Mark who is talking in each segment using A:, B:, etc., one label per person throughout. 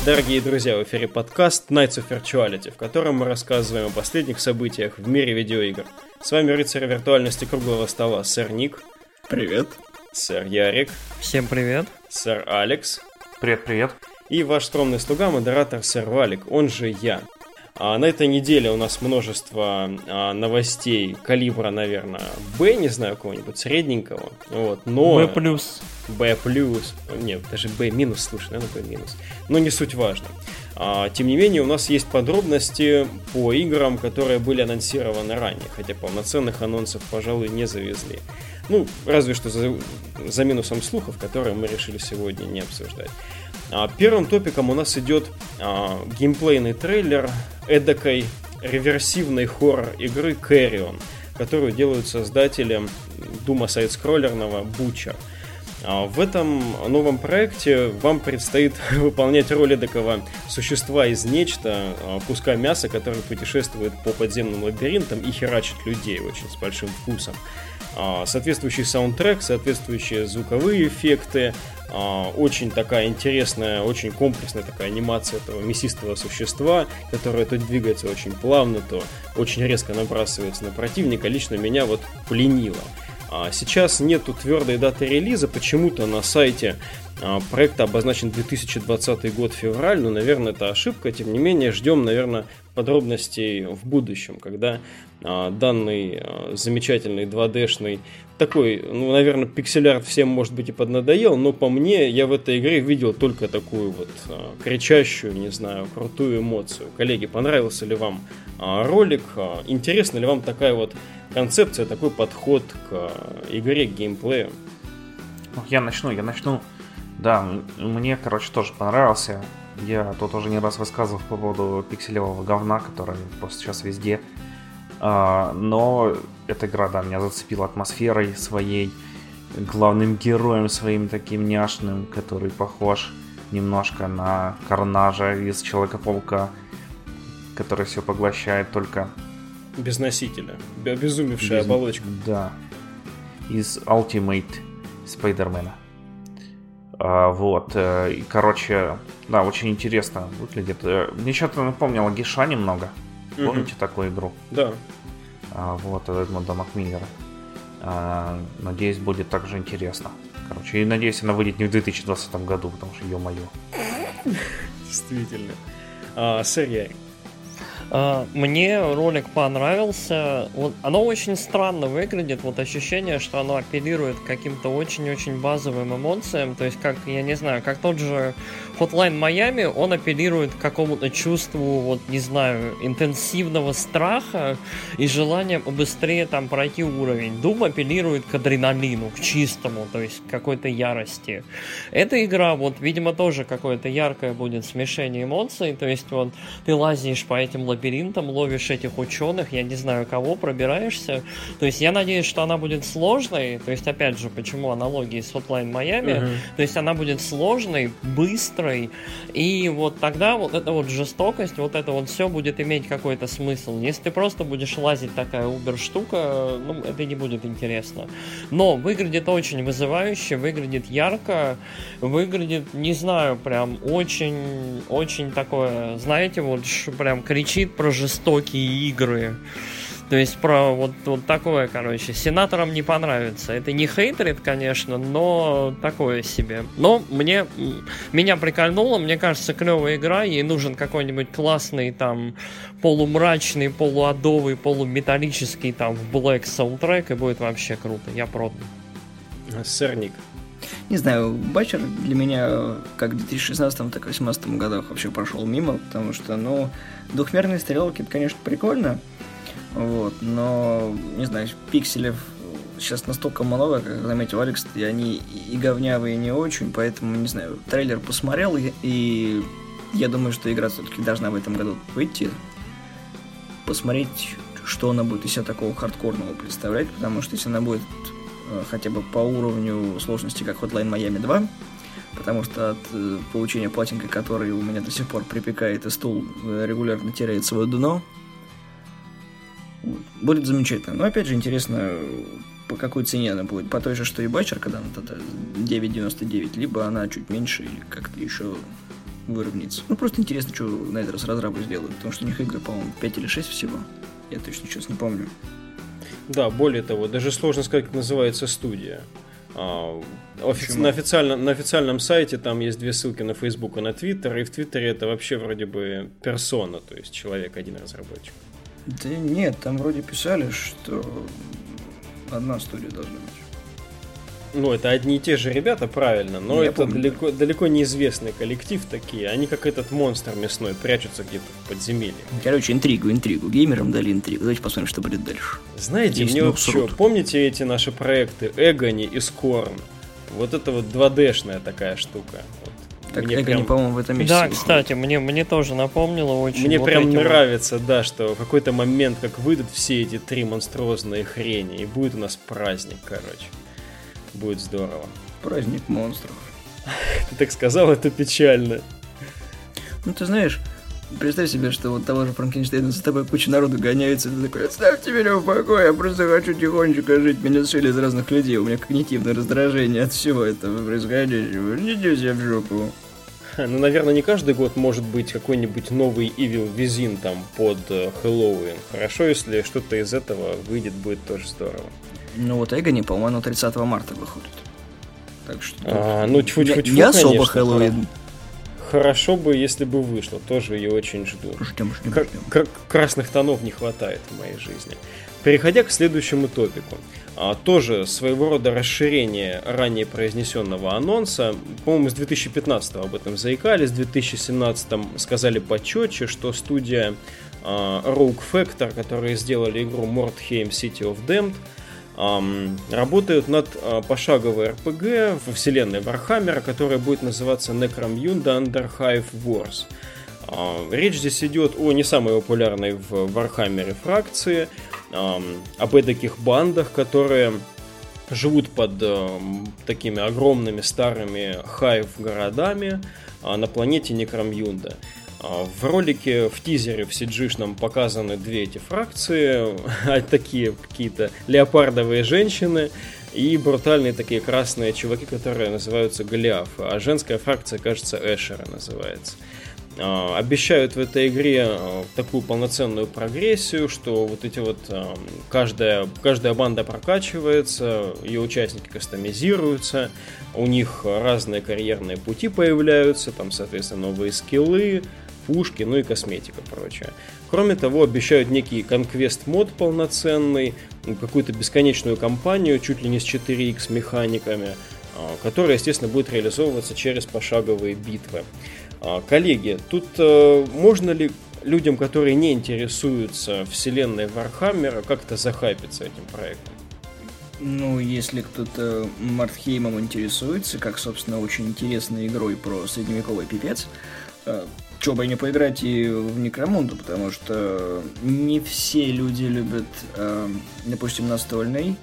A: Дорогие друзья, в эфире подкаст Nights of Virtuality, в котором мы рассказываем о последних событиях в мире видеоигр. С вами рыцарь виртуальности круглого стола, сэр Ник.
B: Привет.
A: Сэр Ярик.
C: Всем привет.
A: Сэр Алекс.
D: Привет.
A: И ваш скромный слуга, модератор сэр Валик, он же я. На этой неделе у нас множество новостей калибра, наверное, Б, не знаю, кого-нибудь средненького. Вот, но...
C: Б+.
A: Б+. Нет, даже Б-, слушай, наверное, Б-. Но не суть важно. Тем не менее, у нас есть подробности по играм, которые были анонсированы ранее, хотя полноценных анонсов, пожалуй, не завезли. Ну, разве что за минусом слухов, которые мы решили сегодня не обсуждать. Первым топиком у нас идет геймплейный трейлер эдакой реверсивной хоррор-игры Carrion, которую делают создатели Дума сайд-скроллерного Butcher. В этом новом проекте вам предстоит выполнять роль эдакого существа из нечто, куска мяса, который путешествует по подземным лабиринтам и херачит людей очень с большим вкусом. Соответствующий саундтрек, соответствующие звуковые эффекты, очень такая интересная, очень комплексная такая анимация этого мясистого существа, которое то двигается очень плавно, то очень резко набрасывается на противника. Лично меня вот пленило. Сейчас нету твердой даты релиза, почему-то на сайте проекта обозначен 2020 год, февраль, но, наверное, это ошибка. Тем не менее, ждем, наверное, подробностей в будущем, когда данный замечательный 2D-шный такой, ну, наверное, пиксель-арт всем, может быть, и поднадоел, но по мне, я в этой игре видел только такую вот кричащую, не знаю, крутую эмоцию. Коллеги, понравился ли вам ролик? Интересна ли вам такая вот концепция, такой подход к игре, к геймплею?
D: Я начну. Да, мне, тоже понравился. Я тут уже не раз рассказывал по поводу пикселевого говна, который просто сейчас везде. Но эта игра, да, меня зацепила атмосферой своей, главным героем своим таким няшным, который похож немножко на Карнажа из Человека-паука, который все поглощает только...
A: Без носителя, обезумевшая оболочка.
D: Да, из Ultimate Spider-Man. Вот, и, да, очень интересно выглядит. Мне что-то напомнило Гиша немного. Помните такую игру?
A: Да.
D: Вот, Эдмунда Макмиллера. Надеюсь, будет так же интересно. И надеюсь, она выйдет не в 2020 году, потому что, ё-моё.
A: Действительно. Сэр Ярик.
C: Мне ролик понравился. Вот, оно очень странно выглядит. Вот ощущение, что оно апеллирует к каким-то очень-очень базовым эмоциям. То есть, как, я не знаю, как тот же Hotline Miami, он апеллирует к какому-то чувству, вот, не знаю, интенсивного страха и желания быстрее там пройти уровень. Doom апеллирует к адреналину, к чистому, то есть к какой-то ярости. Эта игра, вот, видимо, тоже какое-то яркое будет смешение эмоций. То есть, вот, ты лазишь по этим лабиринтам, ловишь этих ученых, я не знаю кого, пробираешься. То есть я надеюсь, что она будет сложной. То есть, опять же, почему аналогии с Hotline Miami. То есть она будет сложной, быстрой. И вот тогда вот эта вот жестокость, вот это вот все будет иметь какой-то смысл. Если ты просто будешь лазить такая убер-штука, ну, это не будет интересно. Но выглядит очень вызывающе, выглядит ярко, выглядит, не знаю, прям очень такое, знаете, вот прям кричит про жестокие игры. То есть про вот такое, сенаторам не понравится. Это не хейтерит, конечно, но такое себе. Но меня прикольнуло, мне кажется, клевая игра. Ей нужен какой-нибудь классный там полумрачный, полуадовый, полуметаллический там в Black саундтрек, и будет вообще круто. Я продан.
A: Сэр Ник.
B: Не знаю, Батчер для меня как в 2016, так и в 2018 годах вообще прошел мимо, потому что, ну, двухмерные стрелки, это, конечно, прикольно, вот, но, не знаю, пикселев сейчас настолько много, как заметил Алекс, и они и говнявые, и не очень, поэтому, не знаю, трейлер посмотрел, и я думаю, что игра все-таки должна в этом году выйти, посмотреть, что она будет из себя такого хардкорного представлять, потому что если она будет хотя бы по уровню сложности, как Hotline Miami 2, потому что от получения платинка, который у меня до сих пор припекает, и стул регулярно теряет свое дно, будет замечательно. Но опять же интересно, по какой цене она будет. По той же, что и Батчер, когда она 9.99, либо она чуть меньше или как-то еще выровняется. Ну, просто интересно, что на этот раз разрабы сделают, потому что у них игры, по-моему, 5 или 6 всего. Я точно сейчас не помню.
A: Да, более того, даже сложно сказать, как называется студия. На официальном сайте там есть 2 ссылки на Facebook и на Twitter, и в Твиттере это вообще вроде бы персона, то есть человек, один разработчик.
B: Да нет, там вроде писали, что одна студия должна быть.
A: Ну, это одни и те же ребята, правильно, но
B: Я
A: это
B: помню,
A: далеко неизвестный коллектив такие. Они как этот монстр мясной, прячутся где-то в подземелье.
B: Короче, интригу. Геймерам дали интригу. Давайте посмотрим, что будет дальше.
A: Знаете,
B: Здесь
A: мне вот что, помните эти наши проекты Эгони и Скорн? Вот это вот 2D-шная такая штука. Вот.
B: Так,
A: мне
B: Эгони,
A: прям...
B: по-моему, в этом месяце
C: Да,
B: выходит.
C: кстати, мне тоже напомнило очень.
A: Мне
C: вот
A: прям
C: эти
A: нравится, да, что в какой-то момент, как выйдут все эти 3 монструозные хрени, и будет у нас праздник, короче. Будет здорово.
B: Праздник монстров.
A: Ты так сказал, это печально.
B: Ну, ты знаешь, представь себе, что вот того же Франкенштейна за тобой куча народу гоняется, и ты такой: оставьте меня в покое, я просто хочу тихонечко жить, меня сшили из разных людей, у меня когнитивное раздражение от всего этого происходящего, идите все в жопу.
A: Ну, наверное, не каждый год может быть какой-нибудь новый Evil Within там под Хэллоуин. Хорошо, если что-то из этого выйдет, будет тоже здорово.
B: Ну вот Эгони, по-моему, 30 марта выходит. Так что...
A: ну, тьфу-тьфу-тьфу,
B: не особо
A: конечно,
B: Хэллоуин.
A: Хорошо бы, если бы вышло. Тоже ее очень жду.
B: Ждем.
A: Красных тонов не хватает в моей жизни. Переходя к следующему топику. Тоже своего рода расширение ранее произнесенного анонса. По-моему, с 2015 об этом заикались. В 2017 сказали почетче, что студия Rogue Factor, которые сделали игру Mordheim City of Damned, работают над пошаговой RPG во вселенной Вархаммера, которая будет называться Necromunda Underhive Wars. Речь здесь идет о не самой популярной в Вархаммере фракции, об эдаких бандах, которые живут под такими огромными старыми хайв-городами на планете Некромюнда. В ролике, в тизере, в CG-шном показаны 2 эти фракции, такие какие-то леопардовые женщины и брутальные такие красные чуваки, которые называются Голиафы, а женская фракция, кажется, Эшера называется. Обещают в этой игре такую полноценную прогрессию, что вот эти вот каждая банда прокачивается, ее участники кастомизируются, у них разные карьерные пути появляются, там, соответственно, новые скиллы, пушки, ну и косметика, прочее. Кроме того, обещают некий конквест-мод полноценный, какую-то бесконечную кампанию, чуть ли не с 4X механиками, которая, естественно, будет реализовываться через пошаговые битвы. Коллеги, тут можно ли людям, которые не интересуются вселенной Вархаммера, как-то захайпиться этим проектом?
B: Ну, если кто-то Мордхеймом интересуется, как, собственно, очень интересной игрой про средневековый пипец, чё бы и не поиграть и в Некромунду, потому что не все люди любят, допустим, настольный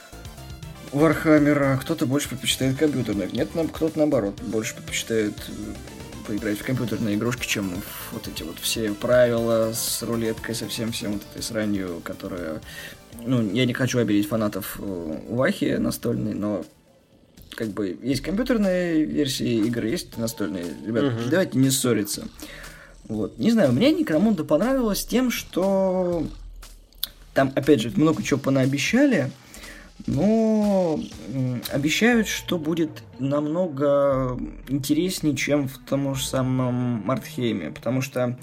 B: Вархаммер, а кто-то больше предпочитает компьютерный. Нет, кто-то, наоборот, больше предпочитает поиграть в компьютерные игрушки, чем вот эти вот все правила с рулеткой, со всем вот этой сранью, которая... Ну, я не хочу обидеть фанатов Вахи настольной, но как бы есть компьютерные версии игры, есть настольные. Ребята, давайте не ссориться. Вот. Не знаю, мне Некромунда понравилось тем, что там, опять же, много чего понаобещали, но обещают, что будет намного интереснее, чем в том же самом Мордхейме, потому что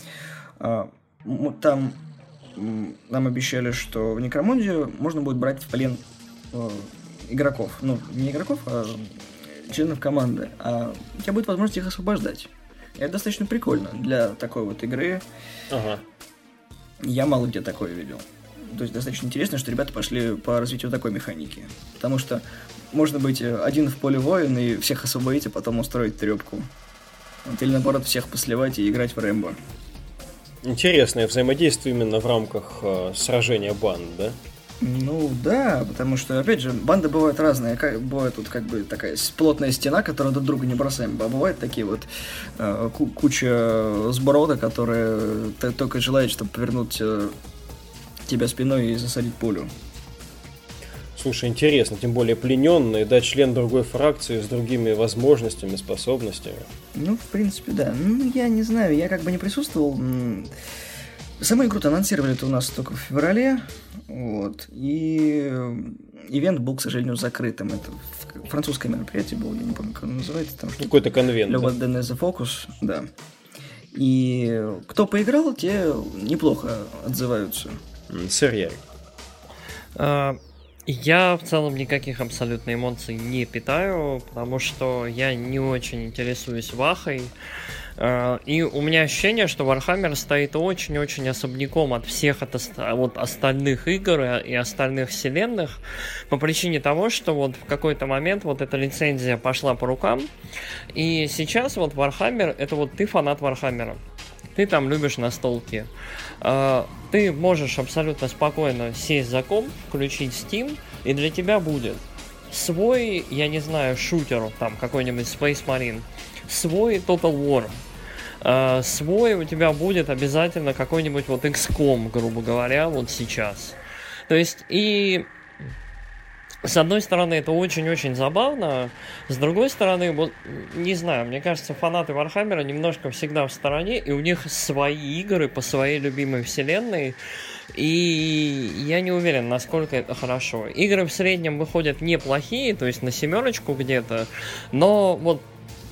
B: там нам обещали, что в Некромунде можно будет брать в плен игроков. Ну, не игроков, а членов команды. А у тебя будет возможность их освобождать. И это достаточно прикольно для такой вот игры.
A: Ага.
B: Я мало где такое видел. То есть достаточно интересно, что ребята пошли по развитию такой механики. Потому что можно быть один в поле воин и всех освободить, а потом устроить трёпку. Вот, или наоборот, всех посливать и играть в Рэмбо.
A: Интересное взаимодействие именно в рамках сражения банд, да?
B: Ну да, потому что, опять же, банды бывают разные. Бывает тут как бы такая плотная стена, которую друг друга не бросаем. А бывают такие вот куча сброда, которые только желают, чтобы повернуть тебя спиной и засадить пулю.
A: Слушай, интересно, тем более плененный, да, член другой фракции с другими возможностями, способностями.
B: Ну, в принципе, да. Ну, я не знаю, я как бы не присутствовал. Саму игру-то анонсировали-то у нас только в феврале, вот, и ивент был, к сожалению, закрытым. Это французское мероприятие было, я не помню, как оно называется. Там
A: какой-то конвент.
B: Le Walt de Focus, да. И кто поиграл, те неплохо отзываются.
A: Сэр Ярик.
C: Я в целом никаких абсолютно эмоций не питаю, потому что я не очень интересуюсь Вахой. И у меня ощущение, что Warhammer стоит очень-очень особняком от всех вот остальных игр и остальных вселенных по причине того, что вот в какой-то момент вот эта лицензия пошла по рукам, и сейчас вот Warhammer, это вот ты фанат Warhammer. Ты там любишь настолки. Ты можешь абсолютно спокойно сесть за комп, включить Steam, и для тебя будет свой, я не знаю, шутер, там какой-нибудь Space Marine, свой Total War, свой у тебя будет обязательно какой-нибудь вот XCOM, грубо говоря, вот сейчас. То есть, и с одной стороны, это очень-очень забавно, с другой стороны, вот, не знаю, мне кажется, фанаты Warhammer немножко всегда в стороне, и у них свои игры по своей любимой вселенной, и я не уверен, насколько это хорошо. Игры в среднем выходят неплохие, то есть на 7 где-то, но вот,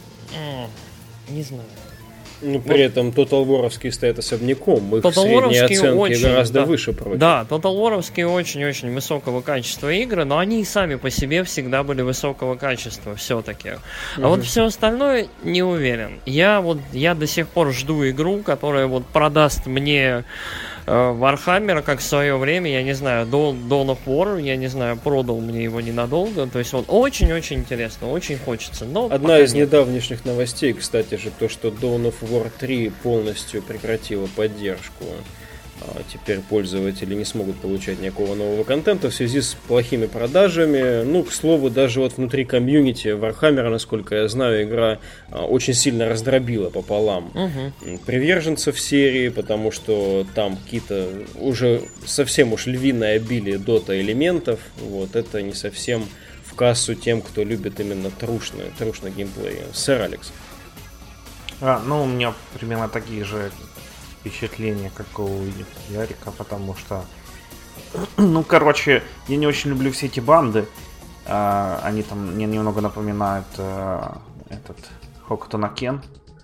C: не знаю.
A: Ну, при этом Total War'овские стоят особняком. Их средние оценки очень, гораздо выше прочих.
C: Да, Total War'овские очень-очень высокого качества игры, но они и сами по себе всегда были высокого качества все-таки. А вот все остальное не уверен. Я до сих пор жду игру, которая вот продаст мне Warhammer, как в свое время, я не знаю, Dawn of War, я не знаю, продал мне его ненадолго. То есть вот очень-очень интересно, очень хочется. Но
A: одна из недавнешних новостей, кстати же, то, что Dawn of War 3 полностью прекратила поддержку. Теперь пользователи не смогут получать никакого нового контента в связи с плохими продажами. Ну, к слову, даже вот внутри комьюнити Warhammer, насколько я знаю, игра очень сильно раздробила пополам приверженцев серии, потому что там какие-то уже совсем уж львиное обилие дота-элементов. Вот, это не совсем в кассу тем, кто любит именно трушный геймплей. Сэр Алекс.
D: Ну, у меня примерно такие же впечатление, как у Ярика, потому что, ну, короче, я не очень люблю все эти банды. Они там мне немного напоминают этот Hokuto no Ken.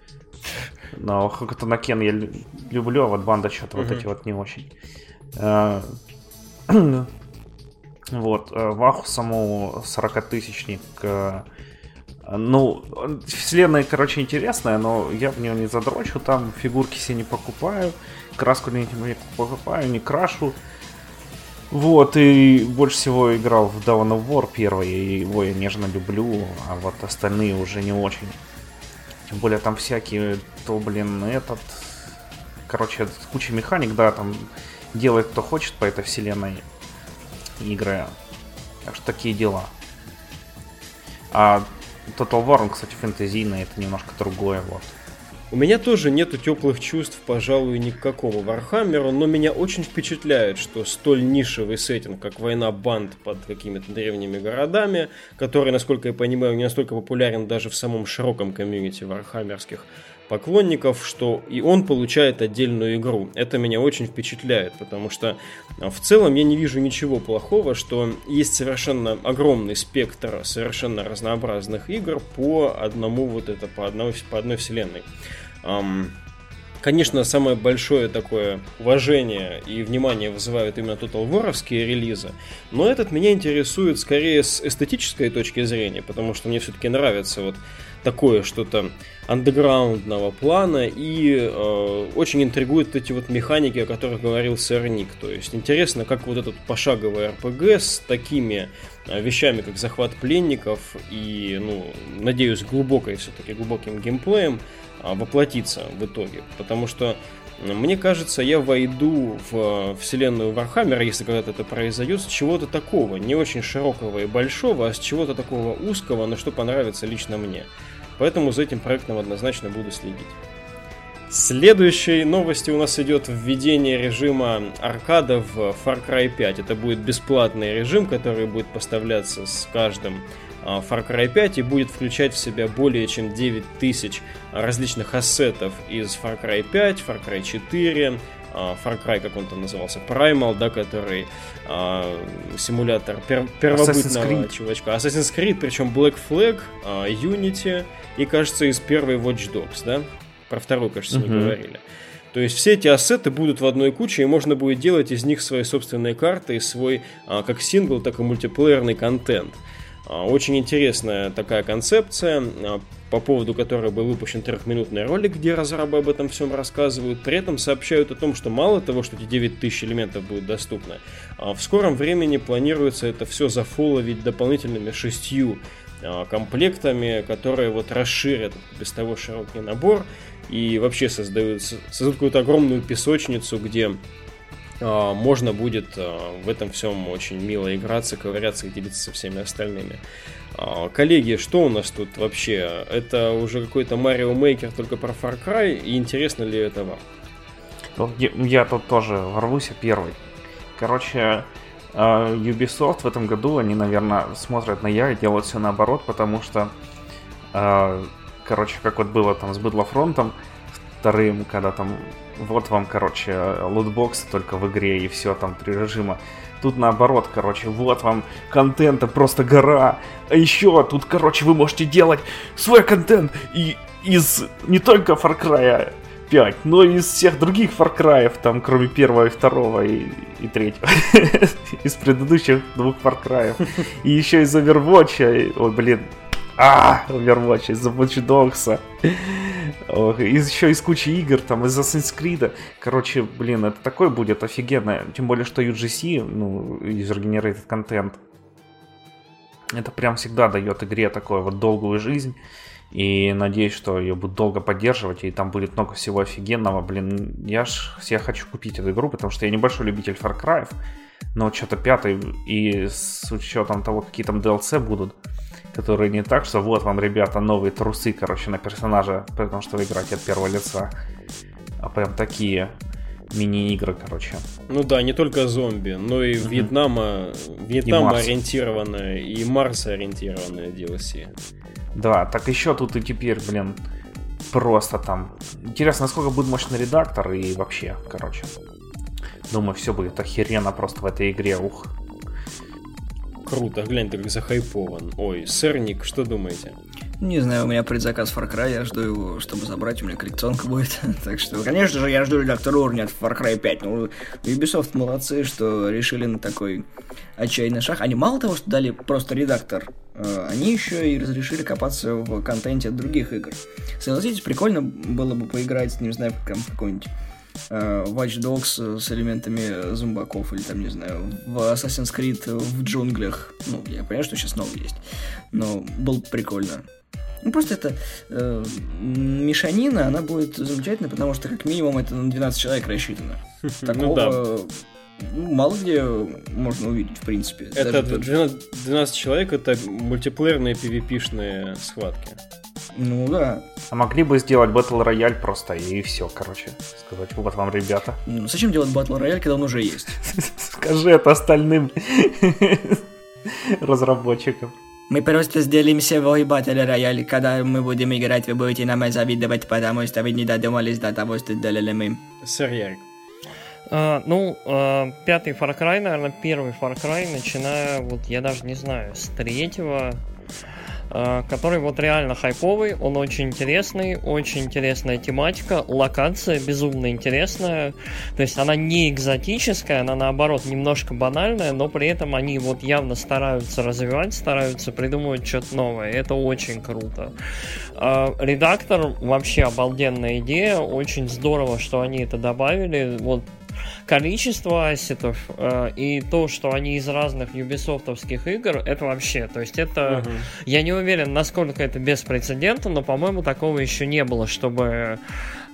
D: Но Hokuto no Ken я люблю, а вот банда что-то вот эти вот не очень. Вот, Ваху саму 40-тысячник. Ну, вселенная, короче, интересная, но я в нее не задрочу, там фигурки себе не покупаю, краску не покупаю, не крашу. Вот, и больше всего играл в Dawn of War первый, и его я нежно люблю, а вот остальные уже не очень. Тем более там всякие, короче, куча механик, да, там делает кто хочет по этой вселенной игры. Так что такие дела. А Total War, он, кстати, фэнтезийный, это немножко другое, вот.
A: У меня тоже нету теплых чувств, пожалуй, ни к какому Warhammer, но меня очень впечатляет, что столь нишевый сеттинг, как война банд под какими-то древними городами, который, насколько я понимаю, не настолько популярен даже в самом широком комьюнити вархаммерских поклонников, что и он получает отдельную игру. Это меня очень впечатляет, потому что в целом я не вижу ничего плохого, что есть совершенно огромный спектр совершенно разнообразных игр по одной вселенной. Конечно, самое большое такое уважение и внимание вызывают именно Total War'овские релизы, но этот меня интересует скорее с эстетической точки зрения, потому что мне все-таки нравится вот такое что-то андеграундного плана, и очень интригуют эти вот механики, о которых говорил сэр Ник. То есть интересно, как вот этот пошаговый РПГ с такими вещами, как захват пленников и, надеюсь, глубоким геймплеем воплотится в итоге. Потому что, мне кажется, я войду в вселенную Warhammer, если когда-то это произойдет, с чего-то такого, не очень широкого и большого, а с чего-то такого узкого, но что понравится лично мне. Поэтому за этим проектом однозначно буду следить. Следующей новостью у нас идет введение режима аркада в Far Cry 5. Это будет бесплатный режим, который будет поставляться с каждым Far Cry 5 и будет включать в себя более чем 9000 различных ассетов из Far Cry 5, Far Cry 4, Far Cry, как он там назывался, Primal, да, который симулятор первобытного чувачка. Assassin's Creed, причем Black Flag, Unity и, кажется, из первой Watch Dogs, да? Про вторую, кажется, не говорили. То есть все эти ассеты будут в одной куче, и можно будет делать из них свои собственные карты и свой как сингл, так и мультиплеерный контент. Очень интересная такая концепция, по поводу которой был выпущен 3-минутный ролик, где разрабы об этом всем рассказывают. При этом сообщают о том, что мало того, что эти 9000 элементов будут доступны, в скором времени планируется это все зафолловить дополнительными 6 комплектами, которые вот расширят без того широкий набор и вообще создадут какую-то огромную песочницу, где можно будет в этом всем очень мило играться, ковыряться и делиться со всеми остальными. Коллеги, что у нас тут вообще? Это уже какой-то Mario Maker только про Far Cry, и интересно ли это вам?
D: Я тут тоже ворвусь первый. Короче, Ubisoft в этом году, они, наверное, смотрят на я и делают все наоборот, потому что, короче, как вот было там с Battlefront'ом вторым, когда там вот вам, короче, лутбоксы только в игре и все, там 3 режима. Тут наоборот, короче, вот вам контента просто гора. А еще тут, короче, вы можете делать свой контент и из не только Far Cry 5, но и из всех других Far Cry'ев, там, кроме 1, 2 и 3. Из предыдущих 2 Far Cry'ев. И еще из Overwatch. Ой, блин. Overwatch, из Watch Dogs'а. Еще из кучи игр, там, из Assassin's Creed. Короче, блин, это такое будет офигенно. Тем более, что UGC, ну, User Generated Content, это прям всегда дает игре такую вот долгую жизнь. И надеюсь, что ее будут долго поддерживать, и там будет много всего офигенного. Блин, я хочу купить эту игру, потому что я небольшой любитель Far Cry'ев. Но что-то 5-й, и с учетом того, какие там DLC будут, которые не так, что вот вам, ребята, новые трусы, короче, на персонажа, потому что вы играете от первого лица. А прям такие мини-игры, короче.
A: Ну да, не только зомби, но и Вьетнам ориентированное и Марс ориентированное DLC.
D: Да, так еще тут и теперь, блин, просто там. Интересно, насколько будет мощный редактор и вообще, короче. Думаю, все будет охеренно просто в этой игре, ух.
A: Круто, глянь, ты как захайпован. Ой, сэр Ник, что думаете?
B: Не знаю, у меня предзаказ Far Cry, я жду его, чтобы забрать, у меня коллекционка будет. Так что, конечно же, я жду редактора уровня от Far Cry 5. Ну, Ubisoft молодцы, что решили на такой отчаянный шаг. Они мало того, что дали просто редактор, они еще и разрешили копаться в контенте от других игр. Согласитесь, прикольно было бы поиграть, не знаю, в какой-нибудь Watch Dogs с элементами зомбаков или там, не знаю, в Assassin's Creed в джунглях. Ну, я понимаю, что сейчас новый есть, но было бы прикольно. Ну, просто это мешанина, она будет замечательна, потому что как минимум это на 12 человек рассчитано. Такого мало где можно увидеть, в принципе.
A: Это 12 человек, это мультиплеерные PvP-шные схватки.
B: Ну да.
D: А могли бы сделать Battle Royale просто и все, короче. Сказать, вот вам, ребята.
B: Ну, зачем делать Battle Royale, когда он уже есть?
D: Скажи это остальным разработчикам.
B: Мы просто сделаем свой Battle Royale. Когда мы будем играть, вы будете нам завидовать, потому что вы не додумались до того, что сделали мы.
A: Сэр Ярик.
C: Пятый Far Cry, наверное, первый Far Cry, начиная, вот я даже не знаю, с 3-го, который вот реально хайповый, он очень интересная тематика, локация безумно интересная, то есть она не экзотическая, она наоборот немножко банальная, но при этом они вот явно стараются развивать, стараются придумывать что-то новое, это очень круто. Редактор вообще обалденная идея, очень здорово, что они это добавили, вот. Количество ассетов и то, что они из разных юбисофтовских игр, это вообще, то есть это, я не уверен, насколько это беспрецедентно, но, по-моему, такого еще не было, чтобы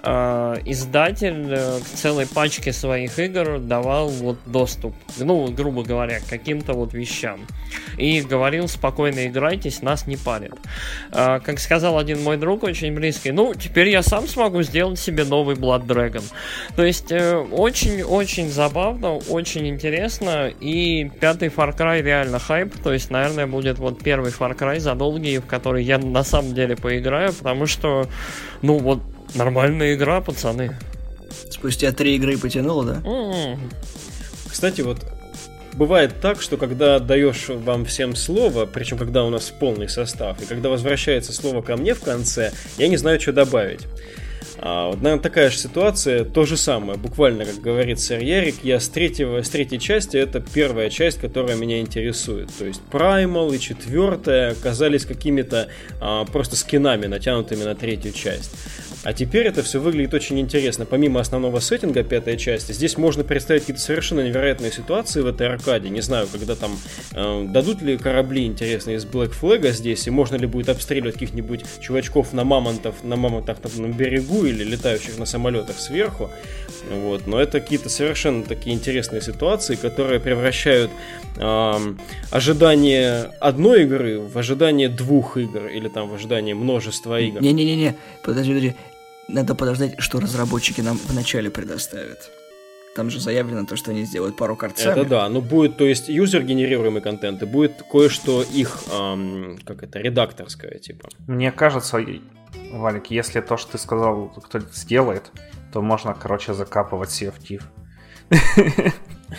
C: издатель к целой пачке своих игр давал вот доступ, ну, грубо говоря, к каким-то вот вещам. И говорил: спокойно играйтесь, нас не парит. Как сказал один мой друг очень близкий: ну, теперь я сам смогу сделать себе новый Blood Dragon. То есть очень-очень забавно, очень интересно. И пятый Far Cry реально хайп. То есть, наверное, будет вот первый Far Cry за долгие, в который я на самом деле поиграю, потому что, ну, вот нормальная игра, пацаны.
B: Спустя 3 игры потянуло, да?
A: Кстати, вот бывает так, что когда даешь вам всем слово, причем когда у нас полный состав, и когда возвращается слово ко мне в конце, я не знаю, что добавить. Вот, наверное, такая же ситуация, то же самое, буквально, как говорит сэр Ярик, я с третьей части, это первая часть, которая меня интересует. То есть Primal и четвертая оказались какими-то просто скинами, натянутыми на третью часть. А теперь это все выглядит очень интересно. Помимо основного сеттинга пятой части, здесь можно представить какие-то совершенно невероятные ситуации в этой аркаде. Не знаю, когда там дадут ли корабли интересные из Black Flag здесь, и можно ли будет обстреливать каких-нибудь чувачков на мамонтах на берегу или летающих на самолетах сверху. Вот. Но это какие-то совершенно такие интересные ситуации, которые превращают ожидание одной игры в ожидание 2 игр, или там в ожидание множества игр.
B: Не-не-не, подожди. Надо подождать, что разработчики нам вначале предоставят. Там же заявлено то, что они сделают пару карт сами.
A: Это да, но будет, то есть, юзер-генерируемый контент, и будет кое-что их, редакторское, типа.
D: Мне кажется, Валик, если то, что ты сказал, кто-то сделает, то можно, короче, закапывать Sea of Thieves.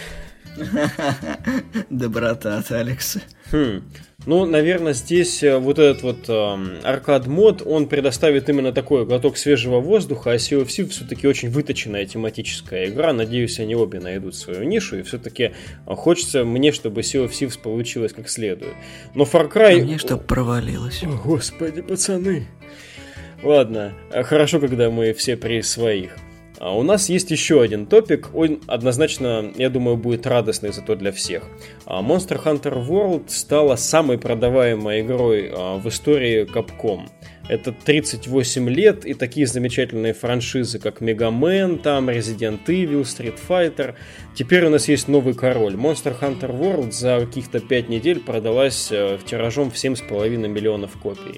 B: Доброта от Алекса.
A: Ну, наверное, здесь вот этот вот аркад-мод, он предоставит именно такой глоток свежего воздуха, а Sea of Thieves все-таки очень выточенная тематическая игра. Надеюсь, они обе найдут свою нишу, и все-таки хочется мне, чтобы Sea of Thieves получилось как следует. Но Far Cry...
B: А мне, чтобы провалилось.
A: О, господи, пацаны. Ладно, хорошо, когда мы все при своих. У нас есть еще один топик, он однозначно, я думаю, будет радостный зато для всех. Monster Hunter World стала самой продаваемой игрой в истории Capcom. Это 38 лет и такие замечательные франшизы, как Mega Man, там Resident Evil, Street Fighter. Теперь у нас есть новый король. Monster Hunter World за каких-то 5 недель продалась тиражом в 7,5 миллионов копий.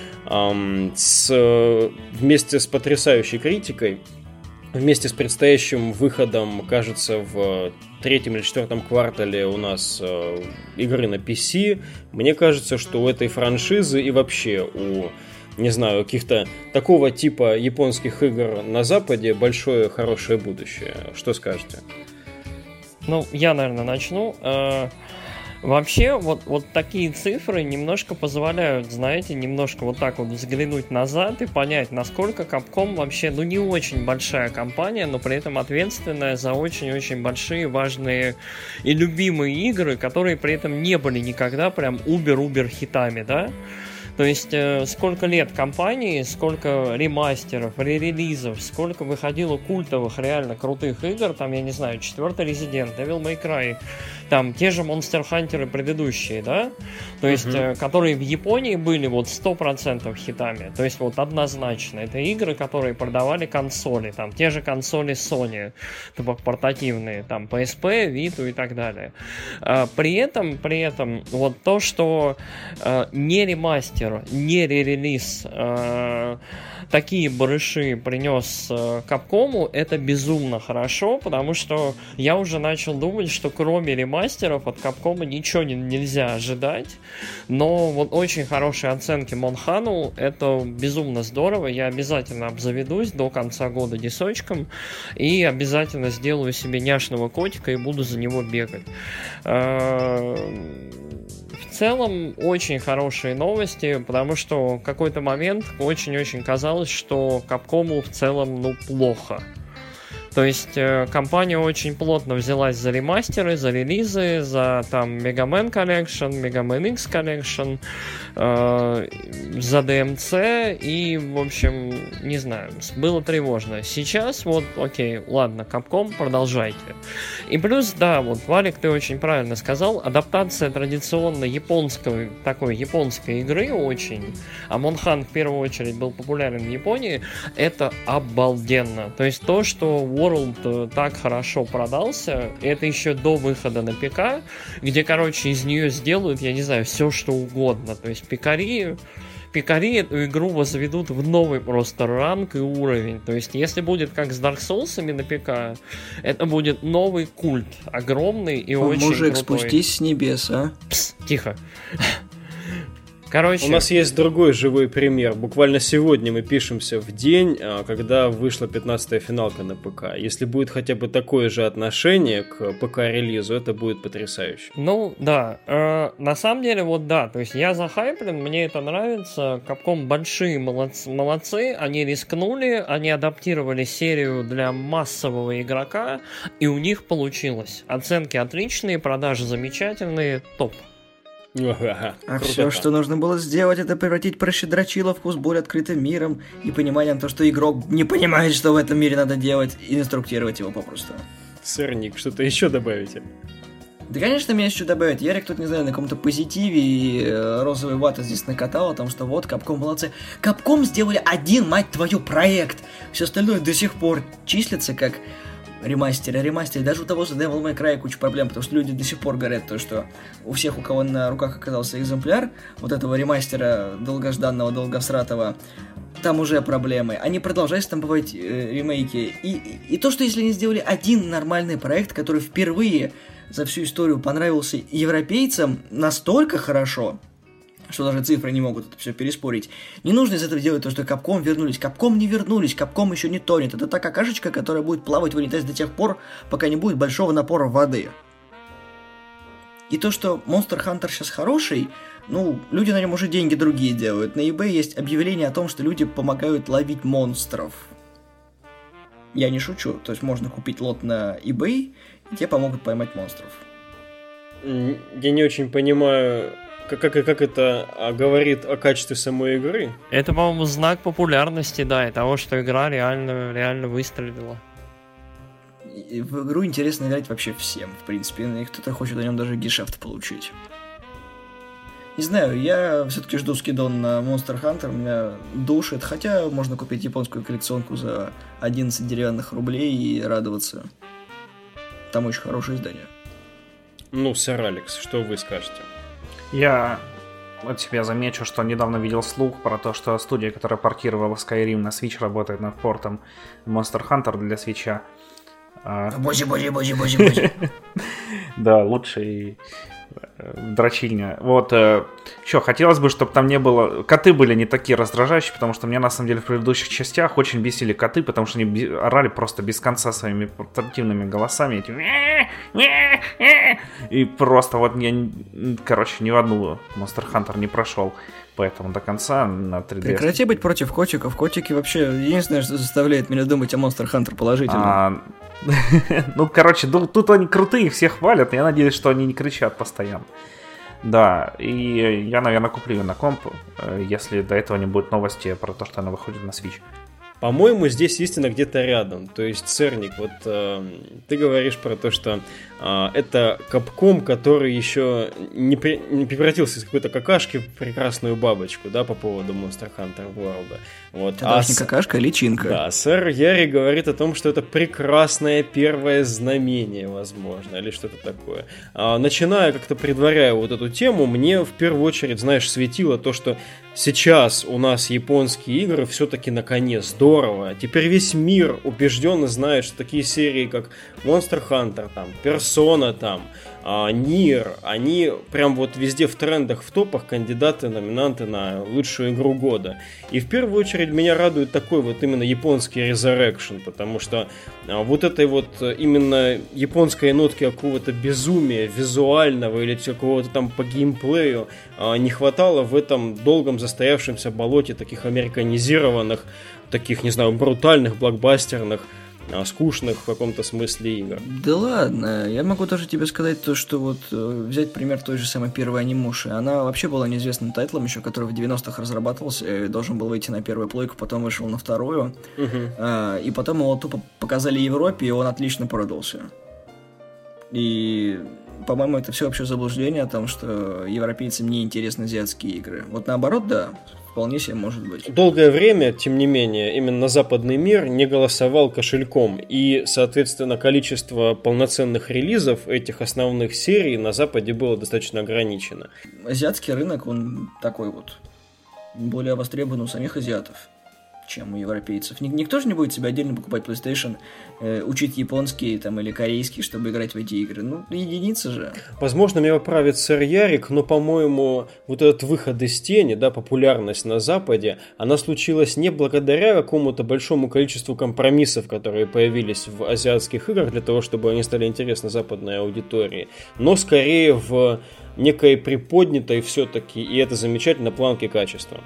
A: Вместе с потрясающей критикой, вместе с предстоящим выходом, кажется, в 3-м или 4-м квартале у нас игры на PC, мне кажется, что у этой франшизы и вообще у, не знаю, каких-то такого типа японских игр на Западе большое хорошее будущее. Что скажете?
C: Ну, я, наверное, начну. Вообще, вот такие цифры немножко позволяют, знаете, немножко вот так вот взглянуть назад и понять, насколько Capcom вообще, ну, не очень большая компания, но при этом ответственная за очень-очень большие, важные и любимые игры, которые при этом не были никогда прям убер-убер хитами, да? То есть, сколько лет компании, сколько ремастеров, ререлизов, сколько выходило культовых, реально крутых игр, там, я не знаю, 4-й Resident, Devil May Cry, там, те же Monster Hunter предыдущие, да? То есть, которые в Японии были вот 100% хитами, то есть, вот однозначно. Это игры, которые продавали консоли, там, те же консоли Sony, типа портативные, там, PSP, Vita и так далее. При этом, вот то, что не ремастер, не ререлиз такие барыши принес Capcom, это безумно хорошо, потому что я уже начал думать, что кроме ремастеров от Capcom ничего нельзя ожидать, но вот очень хорошие оценки Монхану, это безумно здорово, я обязательно обзаведусь до конца года дисочком и обязательно сделаю себе няшного котика и буду за него бегать. В целом, очень хорошие новости, потому что в какой-то момент очень-очень казалось, что Capcom в целом, ну, плохо. То есть компания очень плотно взялась за ремастеры, за релизы, за там Mega Man Collection, Mega Man X Collection, за DMC, и, в общем, не знаю, было тревожно. Сейчас вот, окей, ладно, Capcom, продолжайте. И плюс, да, вот, Валик, ты очень правильно сказал, адаптация традиционно японской игры очень, а Monhan в первую очередь был популярен в Японии, это обалденно. То есть то, что World так хорошо продался, это еще до выхода на ПК, где, короче, из нее сделают, я не знаю, все что угодно. То есть пикари эту игру возведут в новый просто ранг и уровень. То есть если будет как с Dark Souls'ами на ПК, это будет новый культ, огромный и очень
B: мужик,
C: крутой.
B: спустись с небес, а?
C: Пс, тихо. Короче,
A: у нас есть другой живой пример. Буквально сегодня мы пишемся в день, когда вышла 15-я финалка на ПК. Если будет хотя бы такое же отношение к ПК-релизу, это будет потрясающе.
C: Ну, да. На самом деле, вот да. То есть я захайплен, мне это нравится. Capcom большие молодцы. Они рискнули, они адаптировали серию для массового игрока, и у них получилось. Оценки отличные, продажи замечательные, топ.
B: А все, что нужно было сделать, это превратить прощедрочила в вкус-боль открытым миром и пониманием то, что игрок не понимает, что в этом мире надо делать, и инструктировать его попросту.
A: Сырник, что-то еще добавите?
B: Да, конечно, мне еще добавить. Ярик тут, не знаю, на каком-то позитиве и розовый вата здесь накатал о том, что вот, Capcom молодцы. Capcom сделали один, мать твою, проект. Все остальное до сих пор числится как ремастеры. Даже у того же Devil May Cry куча проблем, потому что люди до сих пор говорят то, что у всех, у кого на руках оказался экземпляр вот этого ремастера долгожданного, долгосратого, там уже проблемы. Они продолжают штамповать ремейки. И то, что если они сделали один нормальный проект, который впервые за всю историю понравился европейцам настолько хорошо, что даже цифры не могут это все переспорить. Не нужно из этого делать то, что Capcom вернулись. Capcom не вернулись, Capcom еще не тонет. Это та какашечка, которая будет плавать в унитазе до тех пор, пока не будет большого напора воды. И то, что Monster Hunter сейчас хороший, ну, люди на нем уже деньги другие делают. На eBay есть объявление о том, что люди помогают ловить монстров. Я не шучу. То есть можно купить лот на eBay, и тебе помогут поймать монстров.
A: Я не очень понимаю, как это говорит о качестве самой игры.
C: Это, по-моему, знак популярности, да, и того, что игра реально выстрелила.
B: В игру интересно играть вообще всем, в принципе, и кто-то хочет на нем даже гешефт получить. Не знаю, я все-таки жду скидон на Monster Hunter, меня душит, хотя можно купить японскую коллекционку за 11 деревянных рублей и радоваться. Там очень хорошее издание.
A: Ну, сэр Алекс, что вы скажете?
D: Я от себя замечу, что недавно видел слух про то, что студия, которая портировала Skyrim на Switch, работает над портом Monster Hunter для Switch'а.
B: Бози.
D: Да, лучший дрочильня. Вот, что, хотелось бы, чтобы там не было... Коты были не такие раздражающие, потому что меня, на самом деле, в предыдущих частях очень бесили коты, потому что они орали просто без конца своими противными голосами. И просто вот я, короче, ни в одну Monster Hunter не прошел. Поэтому до конца на 3DS...
B: Прекрати быть против котиков. Котики вообще единственное, что заставляет меня думать о Monster Hunter положительно.
D: Ну, короче, тут они крутые, всех хвалят. Я надеюсь, что они не кричат постоянно. Да, и я, наверное, куплю ее на комп, если до этого не будет новости про то, что она выходит на Switch.
A: По-моему, здесь истина где-то рядом. То есть, Сырник, вот ты говоришь про то, что это Capcom, который еще не превратился из какой-то какашки в прекрасную бабочку, да, по поводу Monster Hunter World. Вот.
B: Это даже не какашка, а личинка.
A: Да, сэр Яри говорит о том, что это прекрасное первое знамение, возможно, или что-то такое. Начиная как-то предваряя вот эту тему, мне в первую очередь, знаешь, светило то, что сейчас у нас японские игры все-таки наконец здорово. Теперь весь мир убежденно знает, что такие серии, как Monster Hunter, там, Persona, там, Nier, они прям вот везде в трендах, в топах кандидаты, номинанты на лучшую игру года. И в первую очередь меня радует такой вот именно японский Resurrection, потому что вот этой вот именно японской нотки какого-то безумия визуального или какого-то там по геймплею не хватало в этом долгом застоявшемся болоте таких американизированных, таких, не знаю, брутальных, блокбастерных скучных в каком-то смысле игр.
B: Да ладно, я могу тоже тебе сказать то, что вот взять пример той же самой первой анимуши. Она вообще была неизвестным тайтлом еще, который в 90-х разрабатывался, и должен был выйти на первую плойку, потом вышел на вторую. И потом его тупо показали Европе, и он отлично продался. И, по-моему, это все вообще заблуждение о том, что европейцам не интересны азиатские игры. Вот наоборот, да, вполне себе может быть.
A: Долгое время, тем не менее, именно западный мир не голосовал кошельком, и, соответственно, количество полноценных релизов этих основных серий на Западе было достаточно ограничено.
B: Азиатский рынок, он такой вот, более востребован у самих азиатов, чем у европейцев. Никто же не будет себе отдельно покупать PlayStation, учить японский там, или корейский, чтобы играть в эти игры. Ну, единицы же.
A: Возможно, меня поправит сэр Ярик, но, по-моему, вот этот выход из тени, да, популярность на Западе, она случилась не благодаря какому-то большому количеству компромиссов, которые появились в азиатских играх для того, чтобы они стали интересны западной аудитории, но скорее в некой приподнятой все-таки, и это замечательно, планке качества.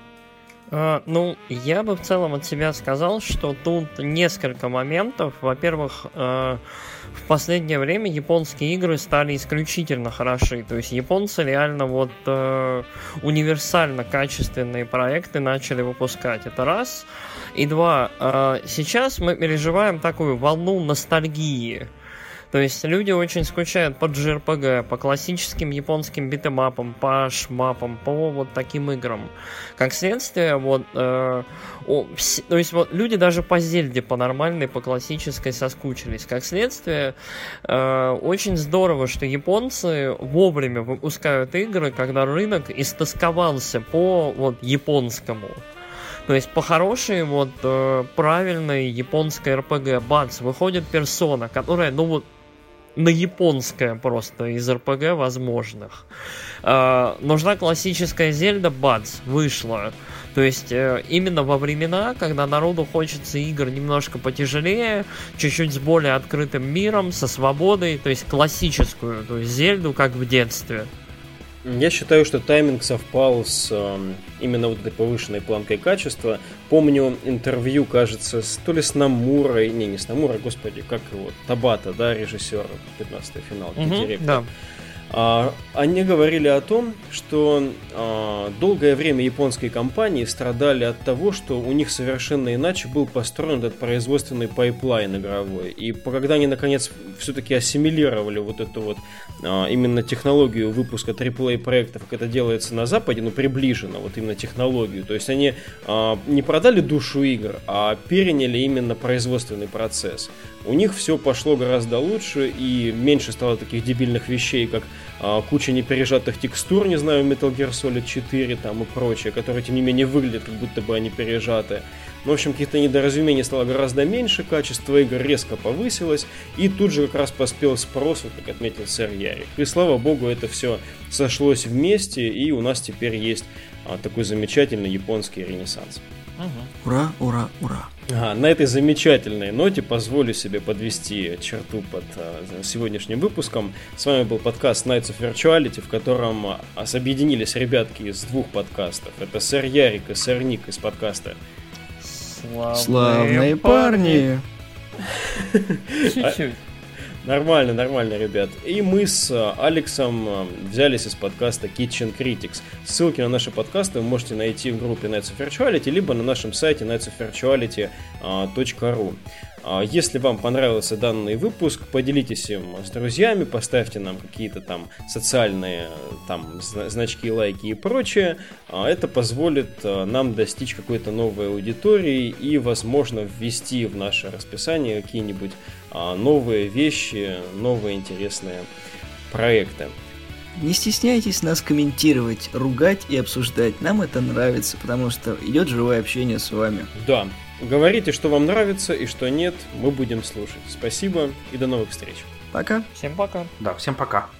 C: Ну, я бы в целом от себя сказал, что тут несколько моментов. Во-первых, в последнее время японские игры стали исключительно хороши. То есть японцы реально вот универсально качественные проекты начали выпускать. Это раз. И два, сейчас мы переживаем такую волну ностальгии. То есть люди очень скучают по JRPG, по классическим японским битэмапам, по шмапам, по вот таким играм. Как следствие, вот, то есть вот люди даже по Зельде, по нормальной, по классической соскучились. Как следствие, очень здорово, что японцы вовремя выпускают игры, когда рынок истосковался по вот японскому. То есть по хорошей, вот, правильной японской RPG, бац, выходит персона, которая, ну вот, на японское просто из RPG возможных. Нужна классическая Зельда, бац, вышла. То есть именно во времена, когда народу хочется игр немножко потяжелее, чуть-чуть с более открытым миром, со свободой, то есть классическую, то есть Зельду, как в детстве.
A: Я считаю, что тайминг совпал с именно вот этой повышенной планкой качества. Помню интервью, кажется, то ли с Намурой, не с Намурой, господи, как его, Табата, да, режиссер 15-й финалки, директор.
C: Да.
A: Они говорили о том, что долгое время японские компании страдали от того, что у них совершенно иначе был построен этот производственный пайплайн игровой. И когда они наконец все-таки ассимилировали вот эту вот именно технологию выпуска AAA проектов, как это делается на Западе, ну приближенно вот именно технологию, то есть они не продали душу игр, а переняли именно производственный процесс. У них все пошло гораздо лучше, и меньше стало таких дебильных вещей, как куча непережатых текстур, не знаю, Metal Gear Solid 4 там и прочее, которые, тем не менее, выглядят, как будто бы они пережаты. Ну, в общем, каких-то недоразумений стало гораздо меньше, качество игр резко повысилось, и тут же как раз поспел спрос, вот как отметил сэр Ярик. И, слава богу, это все сошлось вместе, и у нас теперь есть такой замечательный японский ренессанс.
B: Ура, ура, ура.
A: На этой замечательной ноте позволю себе подвести черту под сегодняшним выпуском. С вами был подкаст Nights of Virtuality, в котором объединились ребятки из двух подкастов. Это сэр Ярик и сэр Ник из подкаста
B: Славные парни.
C: Чуть-чуть.
A: Нормально, ребят. И мы с Алексом взялись из подкаста Kitchen Critics. Ссылки на наши подкасты вы можете найти в группе Nights of Virtuality, либо на нашем сайте nightsofvirtuality.ru. Если вам понравился данный выпуск, поделитесь им с друзьями, поставьте нам какие-то там социальные там значки, лайки и прочее. Это позволит нам достичь какой-то новой аудитории и, возможно, ввести в наше расписание какие-нибудь новые вещи, новые интересные проекты.
B: Не стесняйтесь нас комментировать, ругать и обсуждать. Нам это нравится, потому что идет живое общение с вами.
A: Да. Говорите, что вам нравится и что нет, мы будем слушать. Спасибо и до новых встреч.
B: Пока.
C: Всем пока.
D: Да, всем пока.